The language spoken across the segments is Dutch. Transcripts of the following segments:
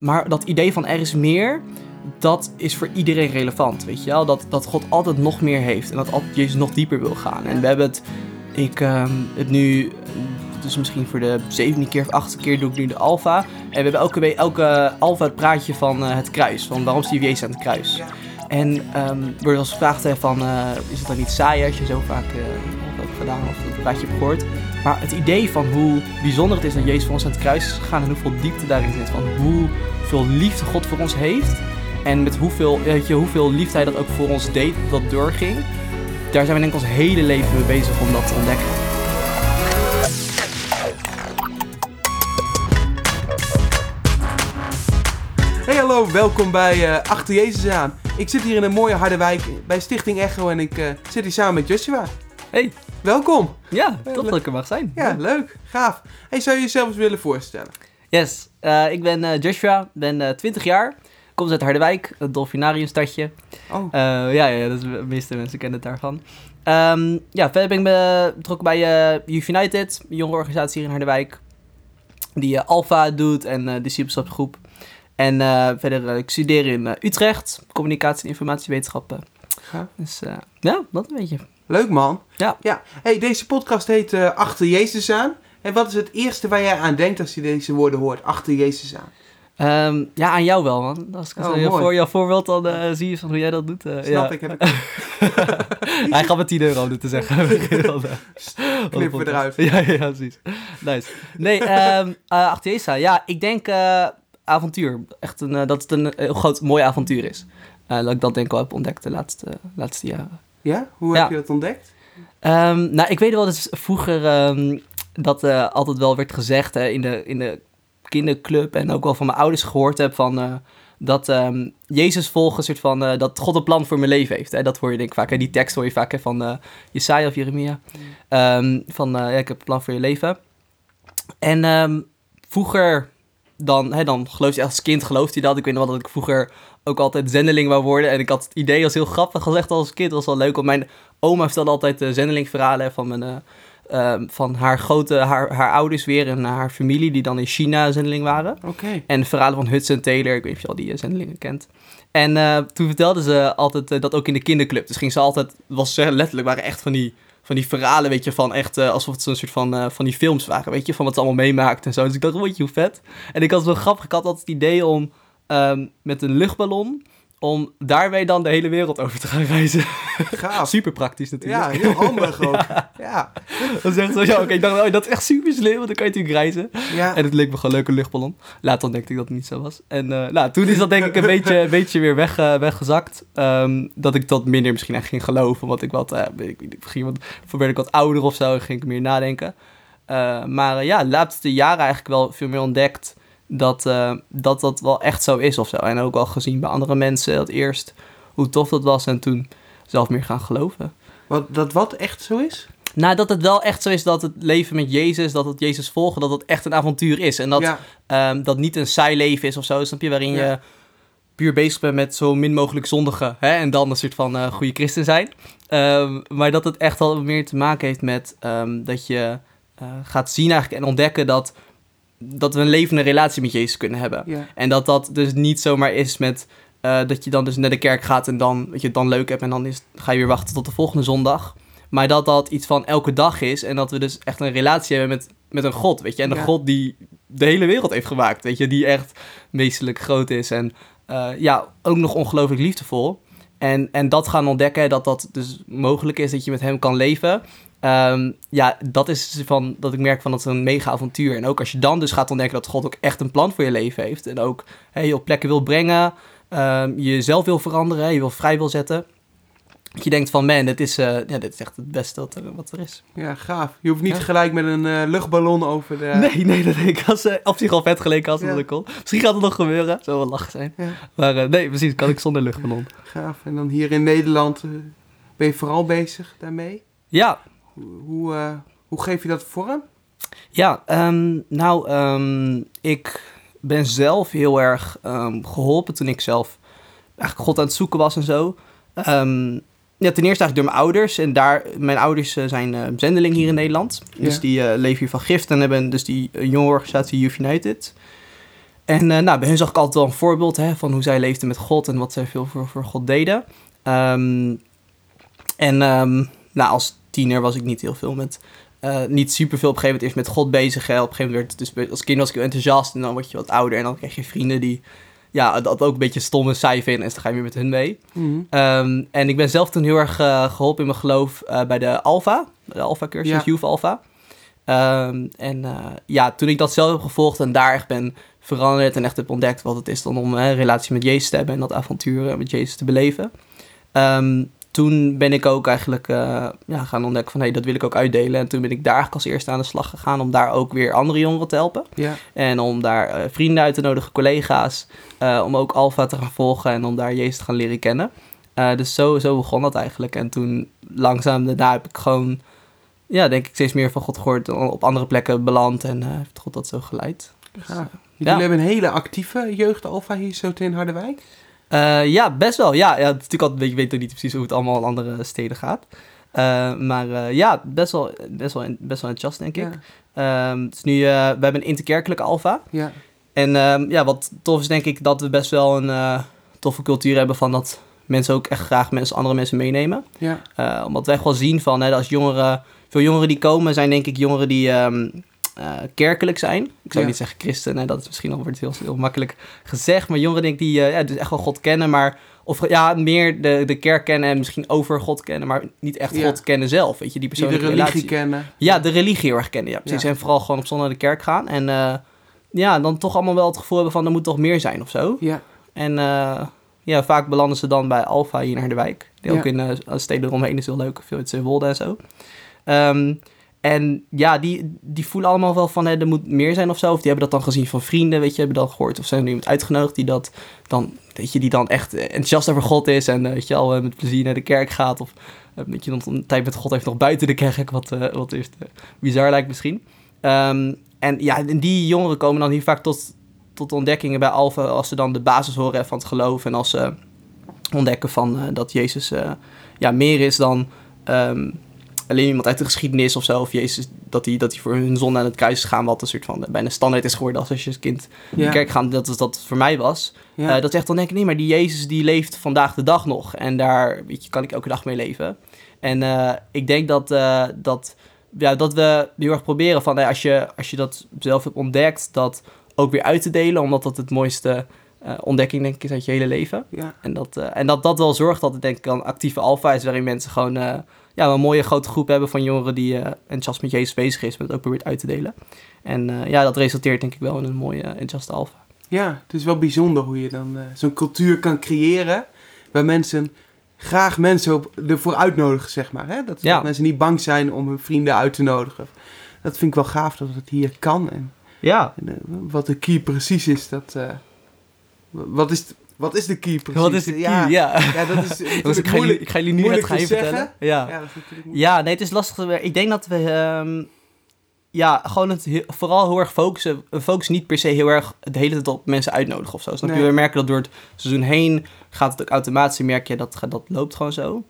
Maar dat idee van er is meer, dat is voor iedereen relevant, weet je wel? Dat God altijd nog meer heeft en dat altijd Jezus nog dieper wil gaan. En we hebben het, ik heb nu, dus misschien voor de 7e keer of 8e keer doe ik nu de Alpha. En we hebben elke Alpha het praatje van het kruis, van waarom stierf Jezus aan het kruis. Ja. En wordt als gevraagd van, is het dan niet saai als je zo vaak hebt gedaan of dat praatje hebt gehoord? Maar het idee van hoe bijzonder het is dat Jezus voor ons aan het kruis is gegaan en hoeveel diepte daarin zit, van hoeveel liefde God voor ons heeft en met hoeveel liefde hij dat ook voor ons deed, dat doorging. Daar zijn we denk ik ons hele leven mee bezig om dat te ontdekken. Hey hallo, welkom bij Achter Jezus aan. Ik zit hier in een mooie Harderwijk bij Stichting Echo en ik zit hier samen met Joshua. Hey. Welkom. Ja, tot dat ik er mag zijn. Ja, leuk. Gaaf. Hey, zou je jezelf eens willen voorstellen? Yes, ik ben Joshua, ben 20 jaar, kom uit Harderwijk, een dolfinariumstadje. Oh. Ja, de meeste mensen kennen het daarvan. Verder ben ik betrokken bij Youth United, een jonge organisatie hier in Harderwijk, die Alpha doet en discipelschapsgroep. En verder, ik studeer in Utrecht, communicatie en informatiewetenschappen. Gaaf. Dus ja, dat een beetje. Leuk man. Ja. Hey, deze podcast heet Achter Jezus aan. En wat is het eerste waar jij aan denkt als je deze woorden hoort? Achter Jezus aan. Ja, aan jou wel, man. Als ik voor jouw voorbeeld, dan zie je van hoe jij dat doet. Snap ik, heb ik. Hij gaf me €10 om dit te zeggen. Knippen we eruit. Ja, precies. Nice. Nee, achter Jezus aan. Ja, ik denk avontuur. Echt dat het een heel groot, mooi avontuur is. Dat ik dat denk ik wel heb ontdekt de laatste jaren. Ja? Hoe heb je dat ontdekt? Ik weet wel dat vroeger dat altijd wel werd gezegd in de kinderclub en ook wel van mijn ouders gehoord heb van dat Jezus volgen soort van dat God een plan voor mijn leven heeft. Hè? Dat hoor je denk ik vaak. Hè? Die tekst hoor je vaak van Jesaja of Jeremia. Ik heb een plan voor je leven. En vroeger dan geloof je als kind geloofde hij dat. Ik weet nog wel dat ik vroeger ook altijd zendeling wou worden. En ik had het idee als heel grappig gezegd als kind. Dat was wel leuk. Want mijn oma vertelde altijd zendelingverhalen van haar ouders weer en haar familie die dan in China zendeling waren. Okay. En verhalen van Hudson Taylor. Ik weet niet of je al die zendelingen kent. En toen vertelde ze altijd dat ook in de kinderclub. Dus ging ze altijd, letterlijk waren echt van die verhalen, weet je, van echt alsof het zo'n soort van die films waren, weet je, van wat ze allemaal meemaakt en zo. Dus ik dacht, weet je, hoe vet. En ik had het wel grappig, ik had altijd het idee om met een luchtballon, om daarmee dan de hele wereld over te gaan reizen. Gaaf. Super praktisch natuurlijk. Ja, heel handig ook. Ja. Dat is echt zo, ja, oké, ik dacht, dat is echt super slim, want dan kan je natuurlijk reizen. Ja. En het leek me gewoon een leuke luchtballon. Later ontdekte ik dat het niet zo was. En toen is dat denk ik een beetje weer weggezakt. Dat ik dat minder misschien echt ging geloven, want ik werd ik wat ouder of zo en ging ik meer nadenken. De laatste jaren eigenlijk wel veel meer ontdekt dat wel echt zo is of zo. En ook wel gezien bij andere mensen dat eerst hoe tof dat was en toen zelf meer gaan geloven. Wat echt zo is? Nou, dat het wel echt zo is dat het leven met Jezus, dat het Jezus volgen, dat het echt een avontuur is. En dat dat niet een saai leven is of zo, snap je? Waarin je puur bezig bent met zo min mogelijk zondigen, hè? En dan een soort van goede christen zijn. Maar dat het echt al meer te maken heeft met dat je gaat zien eigenlijk en ontdekken dat we een levende relatie met Jezus kunnen hebben. Ja. En dat dus niet zomaar is met dat je dan dus naar de kerk gaat en dan dat je het dan leuk hebt en dan ga je weer wachten tot de volgende zondag. Maar dat iets van elke dag is en dat we dus echt een relatie hebben met een God, weet je. En een God die de hele wereld heeft gemaakt, weet je. Die echt meestelijk groot is en ook nog ongelooflijk liefdevol. En dat gaan ontdekken, dat dus mogelijk is dat je met hem kan leven. Dat is dat ik merk van dat is een mega avontuur. En ook als je dan dus gaat ontdekken dat God ook echt een plan voor je leven heeft. En ook je op plekken wil brengen, jezelf wil veranderen, je wil vrij wil zetten. Dat je denkt van, man, dit is echt het beste wat er is. Ja, gaaf. Je hoeft niet gelijk met een luchtballon over de... Nee, dat denk ik als op zich al vet geleken als dat ik kon. Misschien gaat het nog gebeuren. Zou wel lachen zijn. Ja. Maar nee, precies, kan ik zonder luchtballon. Gaaf. En dan hier in Nederland ben je vooral bezig daarmee? Ja. Hoe geef je dat vorm? Ja, ik ben zelf heel erg geholpen toen ik zelf eigenlijk God aan het zoeken was en zo. Ten eerste eigenlijk door mijn ouders. En mijn ouders zijn zendeling hier in Nederland. Dus die leven hier van gift en hebben dus die jonge organisatie Youth United. En bij hun zag ik altijd wel een voorbeeld van hoe zij leefden met God en wat zij veel voor God deden. Als tiener was ik niet heel veel niet superveel op een gegeven moment eerst met God bezig. Hè. Op een gegeven moment werd het dus, als kind was ik heel enthousiast en dan word je wat ouder en dan krijg je vrienden die dat ook een beetje stom en saai vinden en dus dan ga je weer met hun mee. Mm-hmm. En ik ben zelf toen heel erg geholpen in mijn geloof bij de Alpha-cursus, Ja. Youth Alpha. Toen ik dat zelf heb gevolgd en daar echt ben veranderd en echt heb ontdekt wat het is dan om een relatie met Jezus te hebben en dat avontuur met Jezus te beleven. Toen ben ik ook eigenlijk gaan ontdekken van dat wil ik ook uitdelen. En toen ben ik daar eigenlijk als eerste aan de slag gegaan om daar ook weer andere jongeren te helpen. Ja. En om daar vrienden uit te nodigen, collega's, om ook Alpha te gaan volgen en om daar Jezus te gaan leren kennen. Dus zo begon dat eigenlijk. En toen langzaam daarna heb ik gewoon, denk ik steeds meer van God gehoord, op andere plekken beland en heeft God dat zo geleid. Dus, Jullie hebben een hele actieve jeugd Alpha hier zo in Harderwijk? Best wel. Ja, het is natuurlijk altijd, je weet ook niet precies hoe het allemaal in andere steden gaat. Best wel enthousiast, denk ik. Dus nu, we hebben een interkerkelijke Alpha. Ja. En wat tof is, denk ik, dat we best wel een toffe cultuur hebben van dat mensen ook echt graag andere mensen meenemen. Ja. Omdat we echt wel zien van, als veel jongeren die komen, zijn denk ik jongeren die kerkelijk zijn. Ik zou niet zeggen christen, dat is misschien al wordt heel makkelijk gezegd. Maar jongeren denk ik die dus echt wel God kennen, maar meer de kerk kennen en misschien over God kennen, maar niet echt God kennen zelf. Weet je, die persoonlijke die de religie relatie kennen. Ja, de religie heel erg kennen, ja, precies. En vooral gewoon op zondag naar de kerk gaan. En dan toch allemaal wel het gevoel hebben van er moet toch meer zijn of zo. Ja. En vaak belanden ze dan bij Alpha hier in Harderwijk. Die ook in steden eromheen is heel leuk. Veel in Zeewolde en zo. Die voelen allemaal wel van er moet meer zijn of zo. Of die hebben dat dan gezien van vrienden, weet je, hebben dat gehoord. Of zijn er iemand uitgenodigd die dat dan, weet je, die dan echt enthousiast over God is. En weet je al, met plezier naar de kerk gaat. Of dat je dan een tijd met God heeft nog buiten de kerk. Wat eerst bizar lijkt misschien. En die jongeren komen dan hier vaak tot ontdekkingen bij Alpha als ze dan de basis horen van het geloof. En als ze ontdekken van dat Jezus meer is dan alleen iemand uit de geschiedenis of zo. Of Jezus, dat hij voor hun zonde aan het kruis is gegaan. Wat een soort van bijna standaard is geworden als je als kind in de kerk gaat. Dat voor mij was. Dat zegt dan denk ik, nee, maar die Jezus die leeft vandaag de dag nog. En daar kan ik elke dag mee leven. En ik denk dat we heel erg proberen van als je dat zelf hebt ontdekt, dat ook weer uit te delen. Omdat dat het mooiste ontdekking denk ik is uit je hele leven. Ja. En dat wel zorgt dat het denk ik een actieve Alpha is, waarin mensen gewoon een mooie grote groep hebben van jongeren die enthousiast met Jezus bezig is, maar het ook probeert uit te delen. En dat resulteert denk ik wel in een mooie enthousiaste Alpha. Ja, het is wel bijzonder hoe je dan zo'n cultuur kan creëren, waar mensen graag mensen ervoor uitnodigen, zeg maar. Hè? Dat mensen niet bang zijn om hun vrienden uit te nodigen. Dat vind ik wel gaaf dat het hier kan. En wat de key precies is, dat... Wat is de key precies? Wat is de key? Ja, dat is dus ik ga jullie nu net gaan vertellen. Ja, dat is natuurlijk moeilijk. Ja, nee, het is lastig. Ik denk dat we gewoon vooral heel erg focussen. We focussen niet per se heel erg de hele tijd op mensen uitnodigen of zo. Snap je? We merken dat door het seizoen heen gaat het ook automatisch. Merk je dat loopt gewoon zo.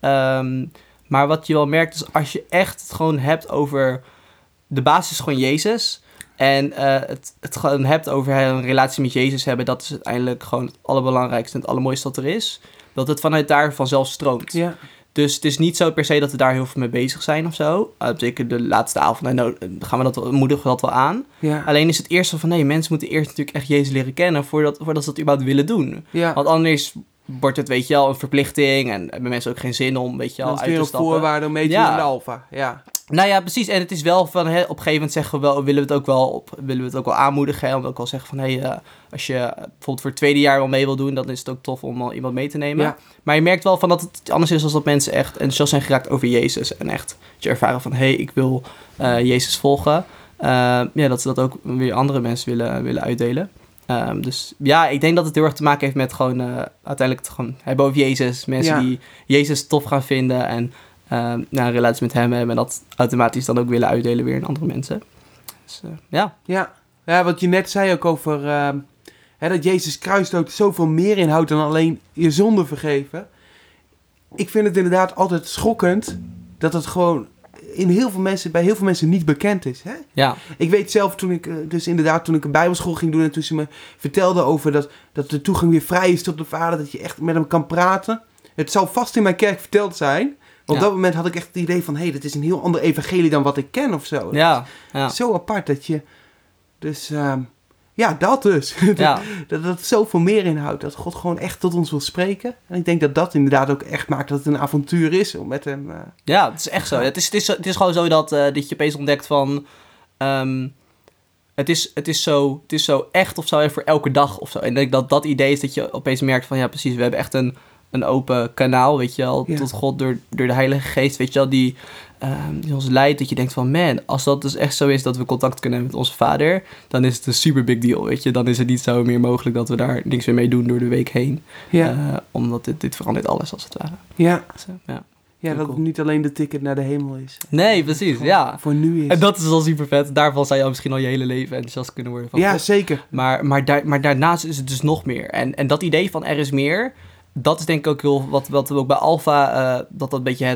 Maar wat je wel merkt is als je echt het gewoon hebt over... De basis is gewoon Jezus... En het gewoon hebt over een relatie met Jezus hebben, dat is uiteindelijk gewoon het allerbelangrijkste en het allermooiste wat er is. Dat het vanuit daar vanzelf stroomt. Ja. Dus het is niet zo per se dat we daar heel veel mee bezig zijn of zo. Zeker de laatste avond moedigen we dat wel aan. Ja. Alleen is het eerste van nee, mensen moeten eerst natuurlijk echt Jezus leren kennen voordat ze dat überhaupt willen doen. Ja. Want anders wordt het, weet je wel, een verplichting en hebben mensen ook geen zin om, weet je wel, uit te stappen. Dat is weer een voorwaarde om mee te doen in de Alpha. Ja. Nou ja, precies. En het is wel van, op een gegeven moment zeggen we wel, willen we het ook wel aanmoedigen. Hè? Om ook wel zeggen van, als je bijvoorbeeld voor het tweede jaar wel mee wil doen, dan is het ook tof om al iemand mee te nemen. Ja. Maar je merkt wel van dat het anders is als dat mensen echt enthousiast zijn geraakt over Jezus. En echt je ervaren van, ik wil Jezus volgen. Dat ze dat ook weer andere mensen willen uitdelen. Dus ja, ik denk dat het heel erg te maken heeft met gewoon uiteindelijk het gewoon hebben over Jezus. Mensen die Jezus tof gaan vinden en een relatie met hem hebben en dat automatisch dan ook willen uitdelen weer in andere mensen. Dus, Ja, wat je net zei ook over dat Jezus kruisdood zoveel meer inhoudt dan alleen je zonde vergeven. Ik vind het inderdaad altijd schokkend dat het gewoon bij heel veel mensen niet bekend is. Hè? Ja. Ik weet zelf toen ik een bijbelschool ging doen en toen ze me vertelde over dat de toegang weer vrij is tot de Vader, dat je echt met hem kan praten. Het zou vast in mijn kerk verteld zijn. Maar op dat moment had ik echt het idee van, dit is een heel ander evangelie dan wat ik ken of zo. Ja. Zo apart dat je, dus dat dus. dat het zoveel meer inhoudt. Dat God gewoon echt tot ons wil spreken. En ik denk dat dat inderdaad ook echt maakt dat het een avontuur is om met hem... Ja, het is echt zo. Het is gewoon zo dat je opeens ontdekt van... Het is zo echt of zo voor elke dag of zo. En ik denk dat idee is dat je opeens merkt van... Ja, precies, we hebben echt een open kanaal, weet je wel, tot God door de Heilige Geest, weet je wel, die ons leidt, dat je denkt van, man, als dat dus echt zo is dat we contact kunnen hebben met onze Vader, dan is het een super big deal, weet je. Dan is het niet zo meer mogelijk dat we daar niks meer mee doen door de week heen. Ja. Omdat dit verandert alles, als het ware. Ja. Dus, ja. Ja, dat het niet alleen de ticket naar de hemel is. Nee, precies, voor nu is. En dat is al super vet. Daarvan zou je misschien al je hele leven enthousiast kunnen worden. Van ja, God. Zeker. Maar daarnaast is het dus nog meer. En dat idee van er is meer... Dat is denk ik ook heel wat we ook bij Alpha, dat een beetje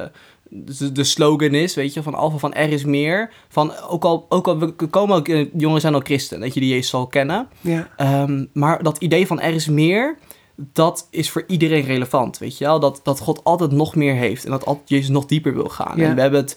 de slogan is, weet je, van Alpha, van er is meer. Van ook al we komen ook, jongens zijn al christen, dat je die Jezus zal kennen. Ja. Maar dat idee van er is meer, dat is voor iedereen relevant, weet je wel. Dat God altijd nog meer heeft en dat Jezus nog dieper wil gaan. Ja. En we hebben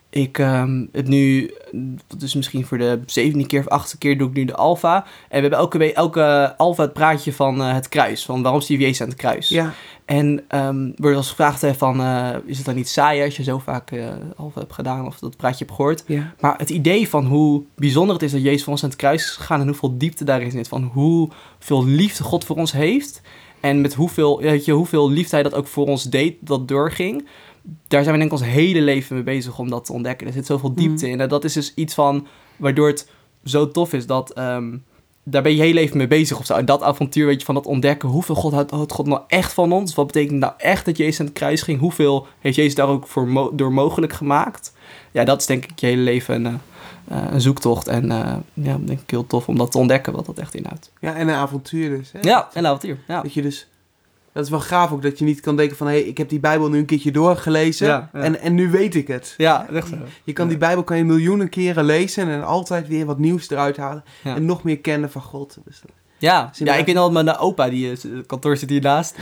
het nu, dus misschien voor de 7e keer of 8e keer doe ik nu de Alpha. En we hebben elke Alpha het praatje van het kruis. Van waarom stierf Jezus aan het kruis. Ja. En wordt als gevraagd van, is het dan niet saai als je zo vaak Alpha hebt gedaan of dat praatje hebt gehoord. Ja. Maar het idee van hoe bijzonder het is dat Jezus voor ons aan het kruis is gegaan en hoeveel diepte daarin zit. Van hoeveel liefde God voor ons heeft. En met hoeveel liefde hij dat ook voor ons deed, dat doorging. Daar zijn we denk ik ons hele leven mee bezig om dat te ontdekken. Er zit zoveel diepte in. En dat is dus iets van, waardoor het zo tof is dat... daar ben je hele leven mee bezig of zo. En dat avontuur, weet je, van dat ontdekken. Hoeveel houdt God nou echt van ons? Wat betekent nou echt dat Jezus aan het kruis ging? Hoeveel heeft Jezus daar ook door mogelijk gemaakt? Ja, dat is denk ik je hele leven een zoektocht. En denk ik heel tof om dat te ontdekken, wat dat echt inhoudt. Ja, en een avontuur dus. Hè? Ja, een avontuur. Ja. Dat je dus... Dat is wel gaaf ook, dat je niet kan denken van... ik heb die Bijbel nu een keertje doorgelezen en nu weet ik het. Ja, echt zo. Die Bijbel kan je miljoenen keren lezen... en altijd weer wat nieuws eruit halen... en nog meer kennen van God. Dus ik weet al, mijn opa, die kantoor zit hiernaast.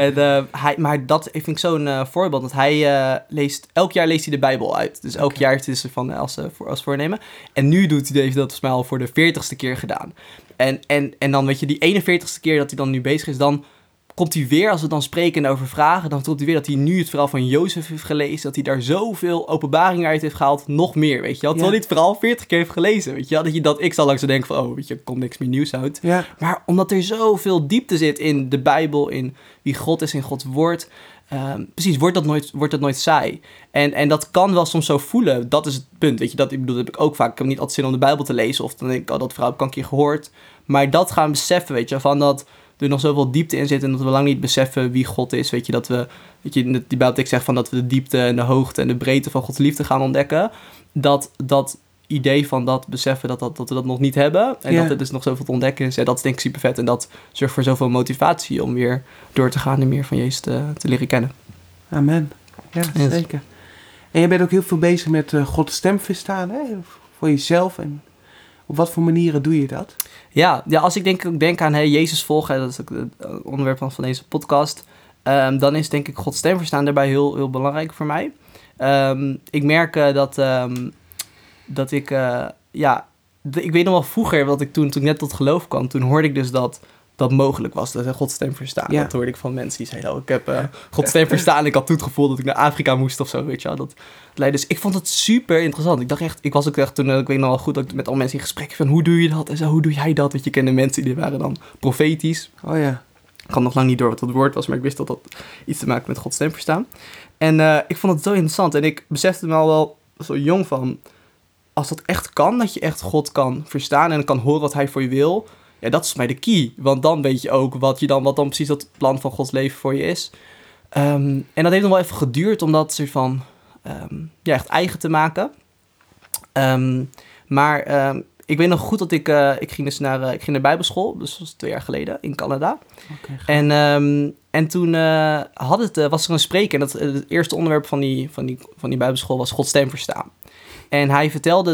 Maar dat vind ik zo'n voorbeeld. Want hij elk jaar leest hij de Bijbel uit. Dus elk jaar heeft hij dus van als voornemen. En nu heeft hij dat volgens mij al voor de 40ste keer gedaan. En dan weet je, die 41ste keer dat hij dan nu bezig is... dan komt hij weer, als we dan spreken over vragen... dan komt hij weer dat hij nu het verhaal van Jozef heeft gelezen... dat hij daar zoveel openbaringen uit heeft gehaald... nog meer, weet je wel. Terwijl hij het verhaal 40 keer heeft gelezen, weet je wel. Dat ik zal lang zo denken van... weet je, er komt niks meer nieuws uit. Ja. Maar omdat er zoveel diepte zit in de Bijbel... in wie God is, in Gods woord... precies, wordt dat nooit saai. En dat kan wel soms zo voelen. Dat is het punt, weet je. Dat heb ik ook vaak. Ik heb niet altijd zin om de Bijbel te lezen... of dan denk ik, dat verhaal heb ik al een keer gehoord. Maar dat gaan beseffen, weet je, van dat... er nog zoveel diepte in zit en dat we lang niet beseffen wie God is. Weet je, dat we, die Bijbeltekst zegt van dat we de diepte en de hoogte en de breedte van Gods liefde gaan ontdekken. Dat idee van dat beseffen dat we dat nog niet hebben en dat er dus nog zoveel te ontdekken is. Ja, dat is denk ik super vet en dat zorgt voor zoveel motivatie om weer door te gaan en meer van Jezus te leren kennen. Amen. Ja, zeker. En je bent ook heel veel bezig met Gods stem verstaan, hè? Voor jezelf en... Op wat voor manieren doe je dat? Ja, als ik denk aan Jezus volgen, dat is ook het onderwerp van deze podcast, dan is denk ik Gods stem verstaan daarbij heel, heel belangrijk voor mij. Ik merk dat ik weet nog wel vroeger, dat ik toen ik net tot geloof kwam, toen hoorde ik dus dat mogelijk was, dat Gods stem verstaan. Ja. Dat hoorde ik van mensen die zeiden, ik heb Gods stem verstaan. Ik had toen het gevoel dat ik naar Afrika moest of zo, weet je wel. Dat leidde. Dus ik vond het super interessant. Ik dacht echt, ik weet nog wel goed dat ik met al mensen in gesprek van, hoe doe je dat? En zo, hoe doe jij dat? Want je kende mensen die waren dan profetisch. Oh ja. Ik had nog lang niet door wat dat woord was, maar ik wist dat dat iets te maken met Gods stem verstaan. En ik vond het zo interessant. En ik besefte me al wel zo jong van, als dat echt kan, dat je echt God kan verstaan en kan horen wat hij voor je wil... Ja, dat is mij de key. Want dan weet je ook wat dan precies dat plan van Gods leven voor je is. En dat heeft nog wel even geduurd om dat soort van echt eigen te maken. Maar ik weet nog goed dat ik ging dus ik ging naar bijbelschool. Dus dat was 2 jaar geleden in Canada. Okay, en toen was er een spreker. En het eerste onderwerp van die bijbelschool was Gods stem verstaan. En hij vertelde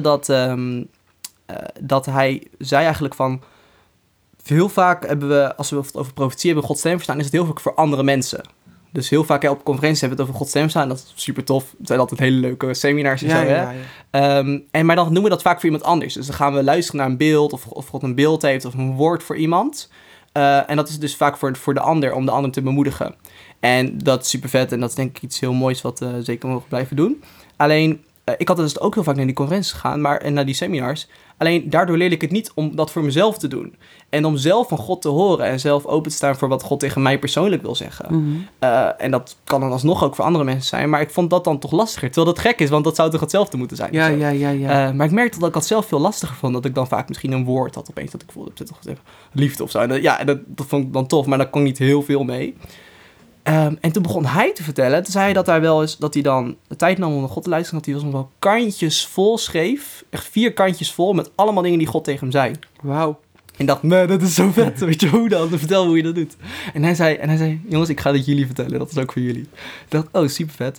dat hij zei eigenlijk van... Heel vaak hebben we, als we het over profetie hebben, Gods stem verstaan, is het heel vaak voor andere mensen. Dus heel vaak op conferenties hebben we het over Gods stem verstaan. Dat is super tof. Het zijn altijd hele leuke seminars en zo. Maar dan noemen we dat vaak voor iemand anders. Dus dan gaan we luisteren naar een beeld, of God een beeld heeft, of een woord voor iemand. En dat is dus vaak voor de ander, om de ander te bemoedigen. En dat is super vet en dat is denk ik iets heel moois wat we zeker mogen blijven doen. Alleen, ik had dus ook heel vaak naar die conferenties gegaan en naar die seminars. Alleen daardoor leerde ik het niet om dat voor mezelf te doen. En om zelf van God te horen en zelf open te staan voor wat God tegen mij persoonlijk wil zeggen. Mm-hmm. En dat kan dan alsnog ook voor andere mensen zijn. Maar ik vond dat dan toch lastiger. Terwijl dat gek is, want dat zou toch hetzelfde moeten zijn. Ja. Maar ik merkte dat ik het zelf veel lastiger vond. Dat ik dan vaak misschien een woord had opeens. Dat ik voelde, toch liefde of zo. En dat vond ik dan tof, maar daar kon ik niet heel veel mee. En toen begon hij te vertellen. Toen zei hij dat hij wel eens, dat hij dan de tijd nam om naar God te luisteren. Dat hij wel kantjes vol schreef. Echt 4 kantjes vol met allemaal dingen die God tegen hem zei. Wauw. En dacht, nee, dat is zo vet. Weet je hoe dan? Vertel hoe je dat doet. En hij zei, jongens, ik ga dit jullie vertellen. Dat is ook voor jullie. Ik dacht, oh, super vet.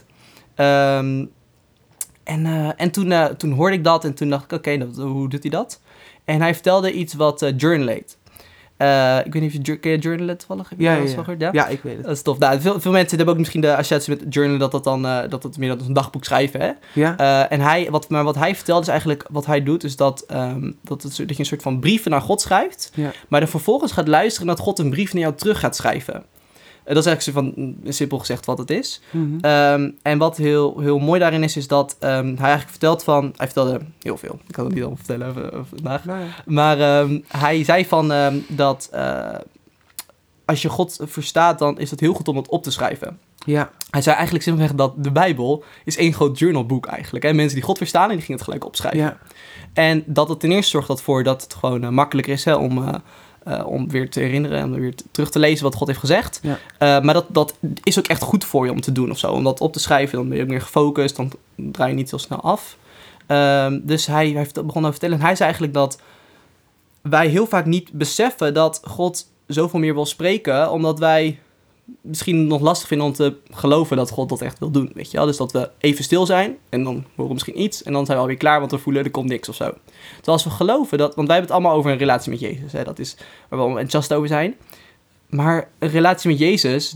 En toen hoorde ik dat. En toen dacht ik, oké, hoe doet hij dat? En hij vertelde iets wat journal heet. Ik weet niet of je... Ken je journalen toevallig? Heb je dat wel gehoord? Ja, ik weet het. Dat is tof. Nou, veel mensen hebben ook misschien de associatie met journalen... dat het meer als een dagboek schrijven, hè? Ja. En wat hij vertelt is eigenlijk... Wat hij doet is dat je een soort van brieven naar God schrijft... Ja. Maar dan vervolgens gaat luisteren... dat God een brief naar jou terug gaat schrijven. Dat is eigenlijk simpel gezegd wat het is. Mm-hmm. En wat heel, heel mooi daarin is dat hij eigenlijk vertelt van... Hij vertelde heel veel. Ik kan het niet allemaal vertellen vandaag. Nee. Maar hij zei van dat als je God verstaat... dan is het heel goed om het op te schrijven. Ja. Hij zei eigenlijk simpelweg dat de Bijbel is 1 groot journalboek eigenlijk. Hè? Mensen die God verstaan en die gingen het gelijk opschrijven. Ja. En dat het ten eerste zorgt ervoor dat het gewoon makkelijker is hè, om weer te herinneren en weer terug te lezen wat God heeft gezegd. Ja. Maar dat is ook echt goed voor je om te doen of zo. Om dat op te schrijven, dan ben je ook meer gefocust. Dan draai je niet heel snel af. Dus hij begon te vertellen. En hij zei eigenlijk dat wij heel vaak niet beseffen dat God zoveel meer wil spreken. Omdat wij misschien nog lastig vinden om te geloven dat God dat echt wil doen. Weet je wel? Dus dat we even stil zijn en dan horen we misschien iets. En dan zijn we alweer klaar, want we voelen er komt niks of zo. Terwijl als we geloven dat... Want wij hebben het allemaal over een relatie met Jezus. Hè? Dat is waar we allemaal enthousiast over zijn. Maar een relatie met Jezus,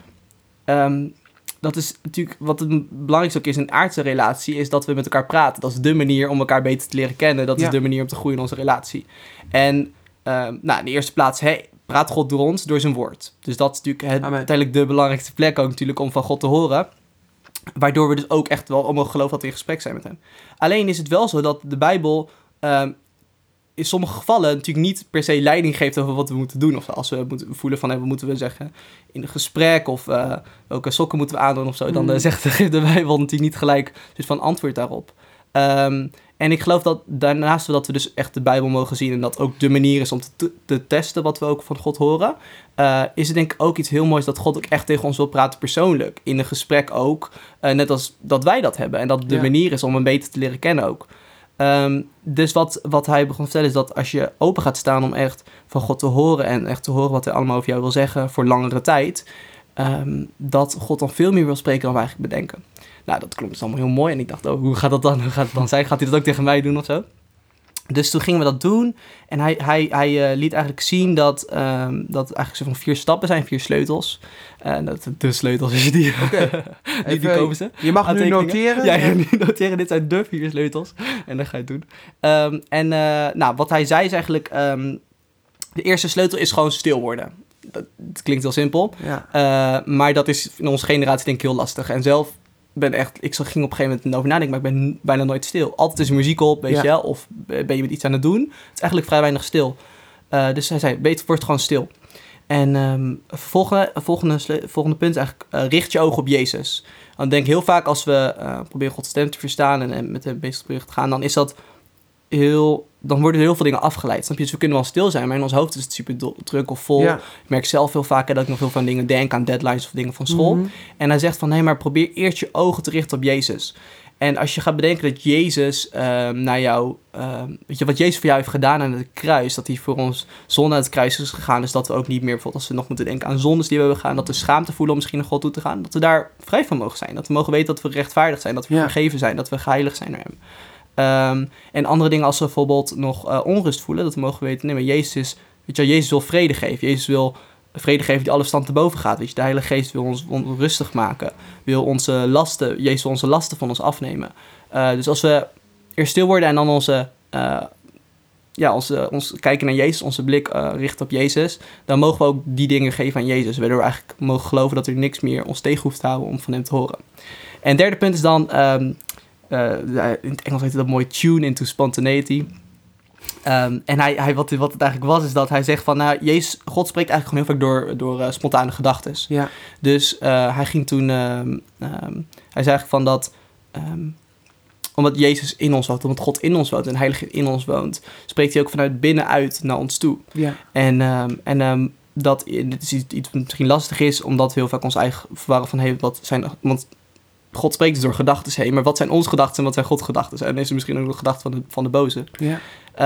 dat is natuurlijk... Wat het belangrijkste ook is in een aardse relatie... is dat we met elkaar praten. Dat is de manier om elkaar beter te leren kennen. Dat is de manier om te groeien in onze relatie. En in de eerste plaats... praat God door ons, door zijn woord. Dus dat is natuurlijk uiteindelijk de belangrijkste plek ook natuurlijk om van God te horen. Waardoor we dus ook echt wel mogen geloven dat we in gesprek zijn met hem. Alleen is het wel zo dat de Bijbel in sommige gevallen natuurlijk niet per se leiding geeft over wat we moeten doen. Of als we voelen van, wat moeten we zeggen in een gesprek of welke sokken moeten we aandoen of zo. Dan geeft de Bijbel natuurlijk niet gelijk dus van antwoord daarop. En ik geloof dat daarnaast dat we dus echt de Bijbel mogen zien... en dat ook de manier is om te testen wat we ook van God horen... is het denk ik ook iets heel moois dat God ook echt tegen ons wil praten persoonlijk. In een gesprek ook, net als dat wij dat hebben. En dat de manier is om hem beter te leren kennen ook. Dus wat hij begon te vertellen is dat als je open gaat staan... om echt van God te horen en echt te horen wat hij allemaal over jou wil zeggen... voor langere tijd... dat God dan veel meer wil spreken dan we eigenlijk bedenken. Nou, dat klonk dus allemaal heel mooi. En ik dacht, hoe gaat het dan zijn? Gaat hij dat ook tegen mij doen of zo? Dus toen gingen we dat doen. En hij liet eigenlijk zien dat eigenlijk zo van 4 stappen zijn, 4 sleutels. Dat de sleutels is die. Okay. die komen ze. Je mag nu noteren. Ja, je nu noteren. Dit zijn de 4 sleutels. En dan ga je het doen. Wat hij zei is eigenlijk... de eerste sleutel is gewoon stil worden. Dat klinkt heel simpel. Ja. Maar dat is in onze generatie denk ik heel lastig. En zelf ik ging op een gegeven moment over nadenken, maar ik ben bijna nooit stil. Altijd is er muziek op, weet je wel, of ben je met iets aan het doen. Het is eigenlijk vrij weinig stil. Dus hij zei, word gewoon stil. En volgende punt is eigenlijk, richt je ogen op Jezus. Dan denk ik heel vaak als we proberen Gods stem te verstaan en met hem bezig te gaan, dan is dat dan worden er heel veel dingen afgeleid. Snap je? Dus we kunnen wel stil zijn, maar in ons hoofd is het super druk of vol. Ja. Ik merk zelf heel vaak dat ik nog veel van dingen denk aan deadlines of dingen van school. Mm-hmm. En hij zegt van, maar probeer eerst je ogen te richten op Jezus. En als je gaat bedenken dat Jezus naar jou... weet je, wat Jezus voor jou heeft gedaan aan het kruis... dat hij voor ons zonde aan het kruis is gegaan... is dat we ook niet meer, bijvoorbeeld als we nog moeten denken aan zondes die we hebben gedaan... dat we schaamte voelen om misschien naar God toe te gaan... dat we daar vrij van mogen zijn. Dat we mogen weten dat we rechtvaardig zijn... dat we vergeven zijn, dat we geheiligd zijn naar hem. En andere dingen als we bijvoorbeeld nog onrust voelen... dat we mogen weten, nee, maar Jezus wil vrede geven. Jezus wil... vrede geven die alle stand te boven gaat. Weet je, de Heilige Geest wil ons rustig maken. Jezus wil onze lasten van ons afnemen. Dus als we eerst stil worden en dan ons kijken naar Jezus, onze blik richten op Jezus, dan mogen we ook die dingen geven aan Jezus. Waardoor we eigenlijk mogen geloven dat er niks meer ons tegen hoeft te houden om van hem te horen. En het derde punt is dan, in het Engels heet het dat mooi, tune into spontaneity. En wat het eigenlijk was, is dat hij zegt van... God spreekt eigenlijk gewoon heel vaak door spontane gedachtes. Ja. Dus hij ging toen... hij zei eigenlijk van dat... omdat Jezus in ons woont, omdat God in ons woont... en de Heilige in ons woont... spreekt hij ook vanuit binnenuit naar ons toe. Ja. En dit is iets wat misschien lastig is... omdat we heel vaak ons eigen verwarren van... want God spreekt dus door gedachten heen... maar wat zijn onze gedachten en wat zijn Gods gedachten? En is er misschien ook de gedachte van de boze. Ja.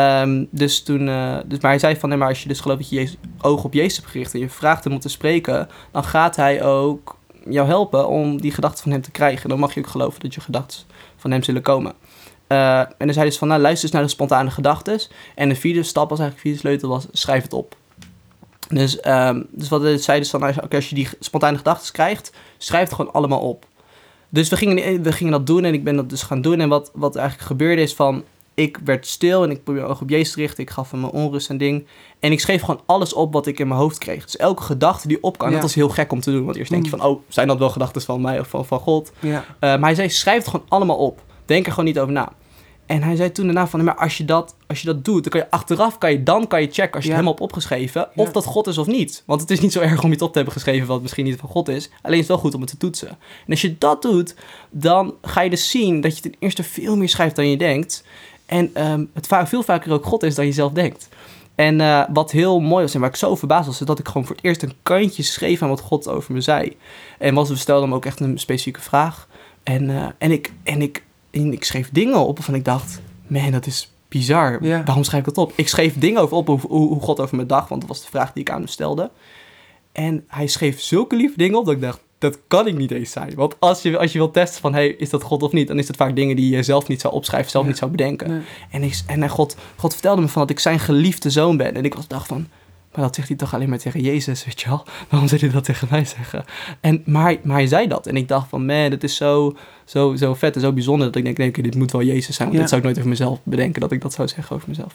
Maar hij zei van... maar als je dus gelooft dat je ogen op Jezus hebt gericht... en je vraagt hem om te spreken... dan gaat hij ook jou helpen om die gedachten van hem te krijgen. Dan mag je ook geloven dat je gedachten van hem zullen komen. En dan zei hij dus van... luister eens naar de spontane gedachten. En de vierde stap was eigenlijk, vierde sleutel was... schrijf het op. Dus wat hij zei dus van... als je die spontane gedachten krijgt... schrijf het gewoon allemaal op. Dus we gingen dat doen en ik ben dat dus gaan doen. En wat eigenlijk gebeurde is van... ik werd stil en ik probeerde mijn ogen op Jezus te richten. Ik gaf hem mijn onrust en ding. En ik schreef gewoon alles op wat ik in mijn hoofd kreeg. Dus elke gedachte die opkwam, dat was heel gek om te doen. Want eerst denk je van, zijn dat wel gedachten van mij of van God? Ja. Maar hij zei, schrijf het gewoon allemaal op. Denk er gewoon niet over na. En hij zei toen daarna van, maar als je dat doet, dan kan je achteraf kan je checken als je het helemaal hebt opgeschreven, of dat God is of niet. Want het is niet zo erg om iets op te hebben geschreven wat misschien niet van God is. Alleen is het wel goed om het te toetsen. En als je dat doet, dan ga je dus zien dat je ten eerste veel meer schrijft dan je denkt. En het veel vaker ook God is dan je zelf denkt. En wat heel mooi was en waar ik zo verbaasd was, is dat ik gewoon voor het eerst een kantje schreef aan wat God over me zei. En we stelden hem ook echt een specifieke vraag. En ik schreef dingen op waarvan ik dacht, man, dat is bizar. Yeah. Waarom schrijf ik dat op? Ik schreef dingen over op hoe God over me dacht, want dat was de vraag die ik aan hem stelde. En hij schreef zulke lieve dingen op dat ik dacht, dat kan ik niet eens zijn. Want als je wilt testen van, is dat God of niet, dan is het vaak dingen die je zelf niet zou opschrijven, zelf niet zou bedenken. Nee. En God vertelde me van dat ik zijn geliefde zoon ben. En ik dacht van, maar dat zegt hij toch alleen maar tegen Jezus, weet je wel? Waarom zou hij dat tegen mij zeggen? Maar hij zei dat. En ik dacht van, man, dat is zo vet en zo bijzonder, dat ik denk, dit moet wel Jezus zijn. Want dat zou ik nooit over mezelf bedenken, dat ik dat zou zeggen over mezelf.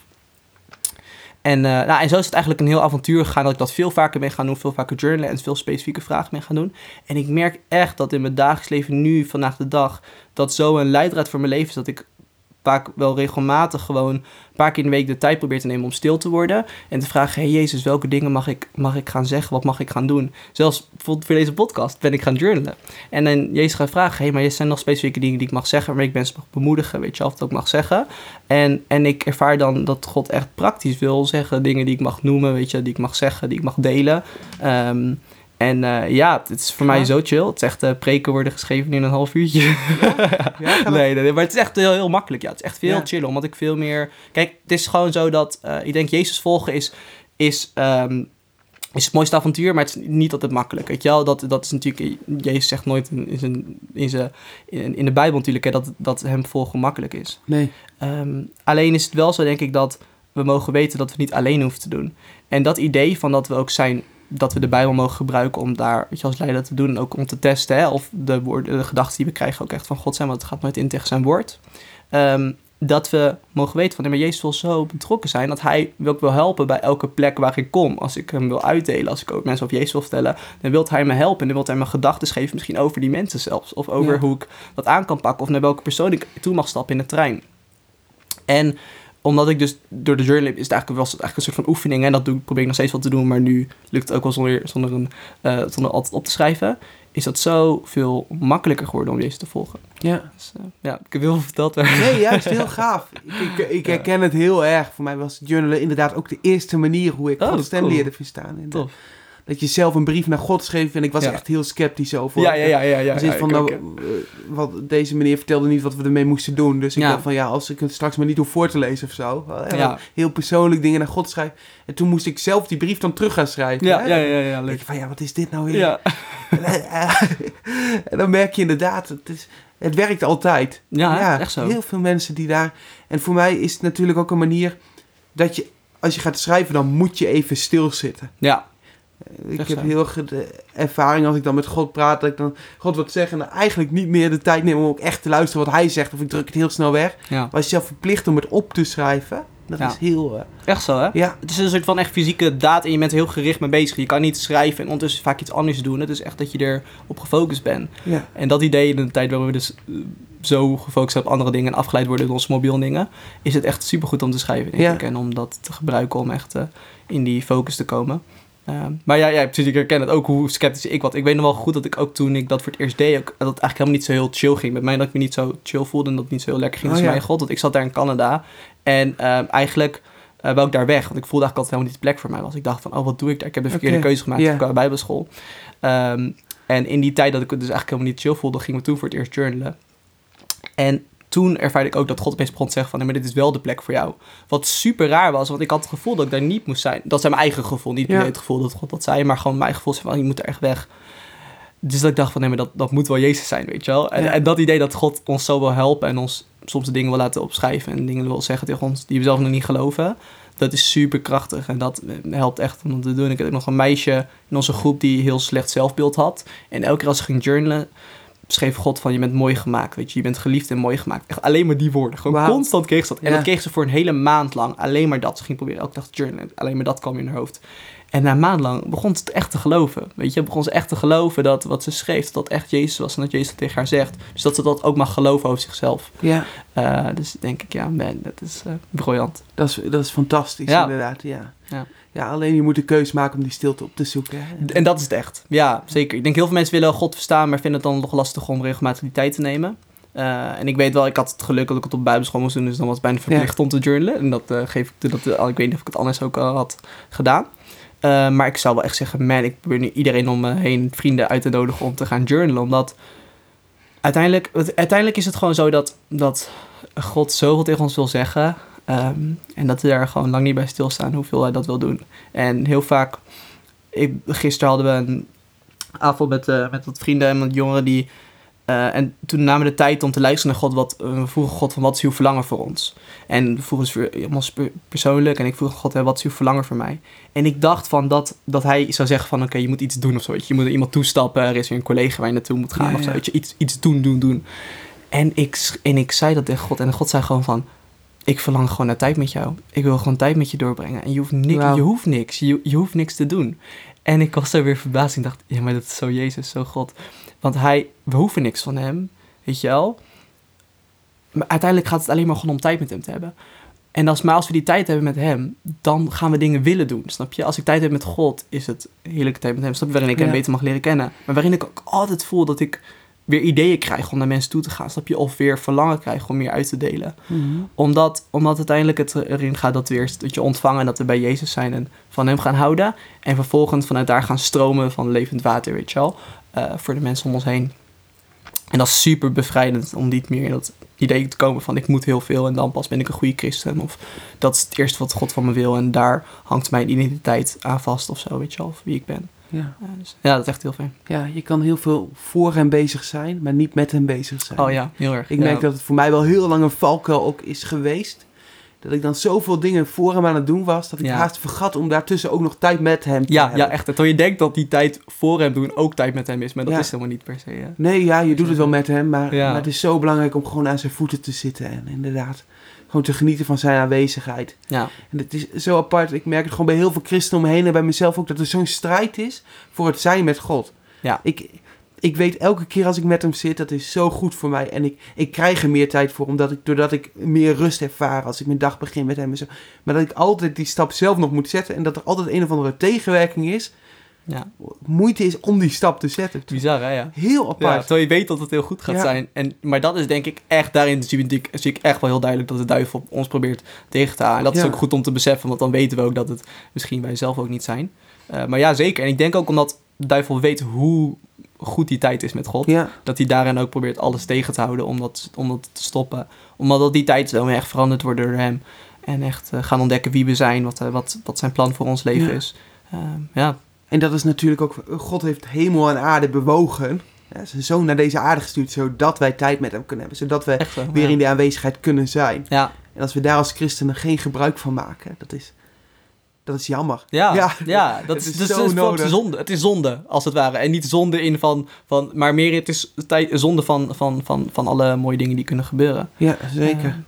En zo is het eigenlijk een heel avontuur gegaan, dat ik dat veel vaker ben gaan doen, veel vaker journalen en veel specifieke vragen ben gaan doen. En ik merk echt dat in mijn dagelijks leven nu, vandaag de dag, dat zo een leidraad voor mijn leven is, dat ik vaak wel regelmatig gewoon een paar keer in de week de tijd probeer te nemen om stil te worden. En te vragen, Jezus, welke dingen mag ik gaan zeggen? Wat mag ik gaan doen? Zelfs bijvoorbeeld voor deze podcast ben ik gaan journalen. En dan Jezus gaat vragen, maar er zijn nog specifieke dingen die ik mag zeggen, waarmee ik mensen mag bemoedigen, weet je of dat ik mag zeggen. En ik ervaar dan dat God echt praktisch wil zeggen, dingen die ik mag noemen, weet je, die ik mag zeggen, die ik mag delen. Het is voor mij zo chill. Het is echt preken worden geschreven in een half uurtje. Ja, nee, maar het is echt heel, heel makkelijk. Ja, het is echt veel chiller, omdat ik veel meer... Kijk, het is gewoon zo dat... ik denk, Jezus volgen is het mooiste avontuur, maar het is niet altijd makkelijk. Weet je wel? Dat is natuurlijk... Jezus zegt nooit in de Bijbel natuurlijk, hè, dat hem volgen makkelijk is. Nee. Alleen is het wel zo, denk ik, dat we mogen weten dat we niet alleen hoeven te doen. En dat idee van dat we ook zijn... dat we de Bijbel mogen gebruiken om daar, weet je, als leider te doen en ook om te testen, hè, of de gedachten die we krijgen ook echt van God zijn, want het gaat nooit in tegen zijn woord. Dat we mogen weten van, maar Jezus wil zo betrokken zijn, dat hij ook wil helpen bij elke plek waar ik kom. Als ik hem wil uitdelen, als ik ook mensen over Jezus wil vertellen, dan wil hij me helpen en dan wil hij me gedachten geven, misschien over die mensen zelfs, of over hoe ik dat aan kan pakken, of naar welke persoon ik toe mag stappen in de trein. En omdat ik dus door de journal was het eigenlijk een soort van oefening. En dat probeer ik nog steeds wel te doen. Maar nu lukt het ook wel zonder altijd op te schrijven. Is dat zo veel makkelijker geworden om Jezus te volgen. Ja. Dus, ik heb heel veel verteld. Nee, juist heel gaaf. Ik herken het heel erg. Voor mij was journalen inderdaad ook de eerste manier hoe ik Gods stem leerde verstaan. Tof. dat je zelf een brief naar God schreef. En ik was echt heel sceptisch over. Ja. Wat deze meneer vertelde niet wat we ermee moesten doen. Dus ik dacht van, als ik het straks maar niet hoef voor te lezen of zo. Heel persoonlijk dingen naar God schrijven. En toen moest ik zelf die brief dan terug gaan schrijven. Ja, leuk. Ik van, wat is dit nou weer? Ja. En dan merk je inderdaad, het werkt altijd. Ja, echt zo. Heel veel mensen die daar... En voor mij is het natuurlijk ook een manier dat je, als je gaat schrijven, dan moet je even stilzitten. Ja. Ik heb heel erg de ervaring als ik dan met God praat, dat ik dan God wat zeg en dan eigenlijk niet meer de tijd neem om ook echt te luisteren wat hij zegt. Of ik druk het heel snel weg. Ja. Maar als je zelf verplicht om het op te schrijven, dat is heel... Echt zo, hè? Ja. Het is een soort van echt fysieke daad en je bent er heel gericht mee bezig. Je kan niet schrijven en ondertussen vaak iets anders doen. Het is echt dat je erop gefocust bent. Ja. En dat idee in de tijd waarin we dus zo gefocust zijn op andere dingen en afgeleid worden door onze mobiele dingen, is het echt supergoed om te schrijven, denk ik. En om dat te gebruiken om echt in die focus te komen. Maar precies, ik herken het ook hoe sceptisch ik was. Ik weet nog wel goed dat ik ook toen ik dat voor het eerst deed, dat het eigenlijk helemaal niet zo heel chill ging met mij. Dat ik me niet zo chill voelde en dat het niet zo heel lekker ging als mijn God. Want ik zat daar in Canada en eigenlijk wou ik daar weg. Want ik voelde eigenlijk altijd helemaal niet de plek voor mij was. Ik dacht van, wat doe ik daar? Ik heb de verkeerde keuze gemaakt qua bijbelschool. En in die tijd dat ik het dus eigenlijk helemaal niet chill voelde, gingen we toen voor het eerst journalen. En toen ervaarde ik ook dat God opeens begon te zeggen van, nee, maar dit is wel de plek voor jou. Wat super raar was, want ik had het gevoel dat ik daar niet moest zijn. Dat is mijn eigen gevoel, niet het gevoel dat God dat zei, maar gewoon mijn gevoel van, je moet er echt weg. Dus dat ik dacht van, nee, maar dat moet wel Jezus zijn, weet je wel. En dat idee dat God ons zo wil helpen en ons soms de dingen wil laten opschrijven en dingen wil zeggen tegen ons die we zelf nog niet geloven, dat is super krachtig en dat helpt echt om te doen. Ik had ook nog een meisje in onze groep die heel slecht zelfbeeld had. En elke keer als ze ging journalen, schreef God van, je bent mooi gemaakt, weet je bent geliefd en mooi gemaakt. Echt alleen maar die woorden, gewoon constant kreeg ze dat. En dat kreeg ze voor een hele maand lang, alleen maar dat. Ze ging proberen elke dag te journalen, alleen maar dat kwam in haar hoofd. En na een maand lang begon ze het echt te geloven, weet je. Begon ze echt te geloven dat wat ze schreef, dat echt Jezus was en dat Jezus dat tegen haar zegt. Dus dat ze dat ook mag geloven over zichzelf. Ja. Dus denk ik, dat is briljant. Dat is fantastisch, inderdaad, Ja, alleen je moet de keus maken om die stilte op te zoeken. Hè? En dat is het echt. Ja, zeker. Ik denk heel veel mensen willen God verstaan, maar vinden het dan nog lastig om regelmatig die tijd te nemen. En ik weet wel, ik had het geluk dat ik het op bijbelschool moest doen, dus dan was het bijna verplicht om te journalen. En dat geef ik toe, ik weet niet of ik het anders ook al had gedaan. Maar ik zou wel echt zeggen, ik probeer nu iedereen om me heen, vrienden uit te nodigen om te gaan journalen. Omdat uiteindelijk is het gewoon zo dat God zoveel tegen ons wil zeggen. En dat we daar gewoon lang niet bij stilstaan hoeveel hij dat wil doen. En heel vaak, gisteren hadden we een avond met wat vrienden en wat jongeren die... en toen namen we de tijd om te luisteren naar God. We vroegen God van, wat is uw verlangen voor ons? En we vroegen ons persoonlijk. En ik vroeg God, wat is uw verlangen voor mij? En ik dacht van dat hij zou zeggen van, oké, je moet iets doen of zo. Je moet er iemand toestappen. Er is weer een collega waar je naartoe moet gaan of zo. Weet je, iets doen. En ik zei dat tegen God. En God zei gewoon van, ik verlang gewoon naar tijd met jou. Ik wil gewoon tijd met je doorbrengen. En je hoeft niks. Je hoeft niks te doen. En ik was zo weer verbaasd. Ik dacht, ja, maar dat is zo Jezus, zo God. Want we hoeven niks van hem, weet je wel. Maar uiteindelijk gaat het alleen maar gewoon om tijd met hem te hebben. En als we die tijd hebben met hem, dan gaan we dingen willen doen, snap je? Als ik tijd heb met God, is het heerlijke tijd met hem, snap je? Waarin ik hem beter mag leren kennen. Maar waarin ik ook altijd voel dat ik weer ideeën krijg om naar mensen toe te gaan, snap je? Of weer verlangen krijg om meer uit te delen. Mm-hmm. Omdat uiteindelijk het erin gaat dat we eerst dat je ontvangen en dat we bij Jezus zijn en van hem gaan houden. En vervolgens vanuit daar gaan stromen van levend water, weet je wel. Voor de mensen om ons heen. En dat is super bevrijdend om niet meer in dat idee te komen van ik moet heel veel en dan pas ben ik een goede christen. Of dat is het eerste wat God van me wil en daar hangt mijn identiteit aan vast of zo, weet je wel, of wie ik ben. Ja. Dus, dat is echt heel fijn. Ja, je kan heel veel voor hem bezig zijn, maar niet met hem bezig zijn. Oh ja, heel erg. Ik merk dat het voor mij wel heel lang een valkuil ook is geweest. Dat ik dan zoveel dingen voor hem aan het doen was, dat ik haast vergat om daartussen ook nog tijd met hem te hebben. Ja, echt. Terwijl je denkt dat die tijd voor hem doen ook tijd met hem is, maar dat is helemaal niet per se. Ja. Nee, je doet het wel met hem, maar het is zo belangrijk om gewoon aan zijn voeten te zitten en inderdaad gewoon te genieten van zijn aanwezigheid. Ja. En het is zo apart, ik merk het gewoon bij heel veel christenen om me heen en bij mezelf ook, dat er zo'n strijd is voor het zijn met God. Ja. Ik weet elke keer als ik met hem zit, dat is zo goed voor mij. En ik krijg er meer tijd voor, doordat ik meer rust ervaar als ik mijn dag begin met hem en zo. Maar dat ik altijd die stap zelf nog moet zetten en dat er altijd een of andere tegenwerking is. Ja. Moeite is om die stap te zetten. Bizar, hè? Ja. Heel apart. Ja, terwijl je weet dat het heel goed gaat zijn. Maar dat is denk ik echt, daarin zie ik echt wel heel duidelijk dat de duivel ons probeert tegen te halen. En dat is ook goed om te beseffen, want dan weten we ook dat het misschien wij zelf ook niet zijn. Maar ja, zeker. En ik denk ook omdat de duivel weet hoe goed die tijd is met God. Ja. Dat hij daarin ook probeert alles tegen te houden om dat te stoppen. Omdat die tijd zo echt veranderd wordt door hem. En echt gaan ontdekken wie we zijn, wat zijn plan voor ons leven is. Ja. En dat is natuurlijk ook... God heeft hemel en aarde bewogen. Zijn zoon naar deze aarde gestuurd, zodat wij tijd met hem kunnen hebben. Zodat we weer in de aanwezigheid kunnen zijn. Ja. En als we daar als christenen geen gebruik van maken, dat is jammer. Ja, dat is zo nodig. Zonde. Het is zonde, als het ware. En niet zonde in van maar meer het is zonde van alle mooie dingen die kunnen gebeuren. Ja, zeker.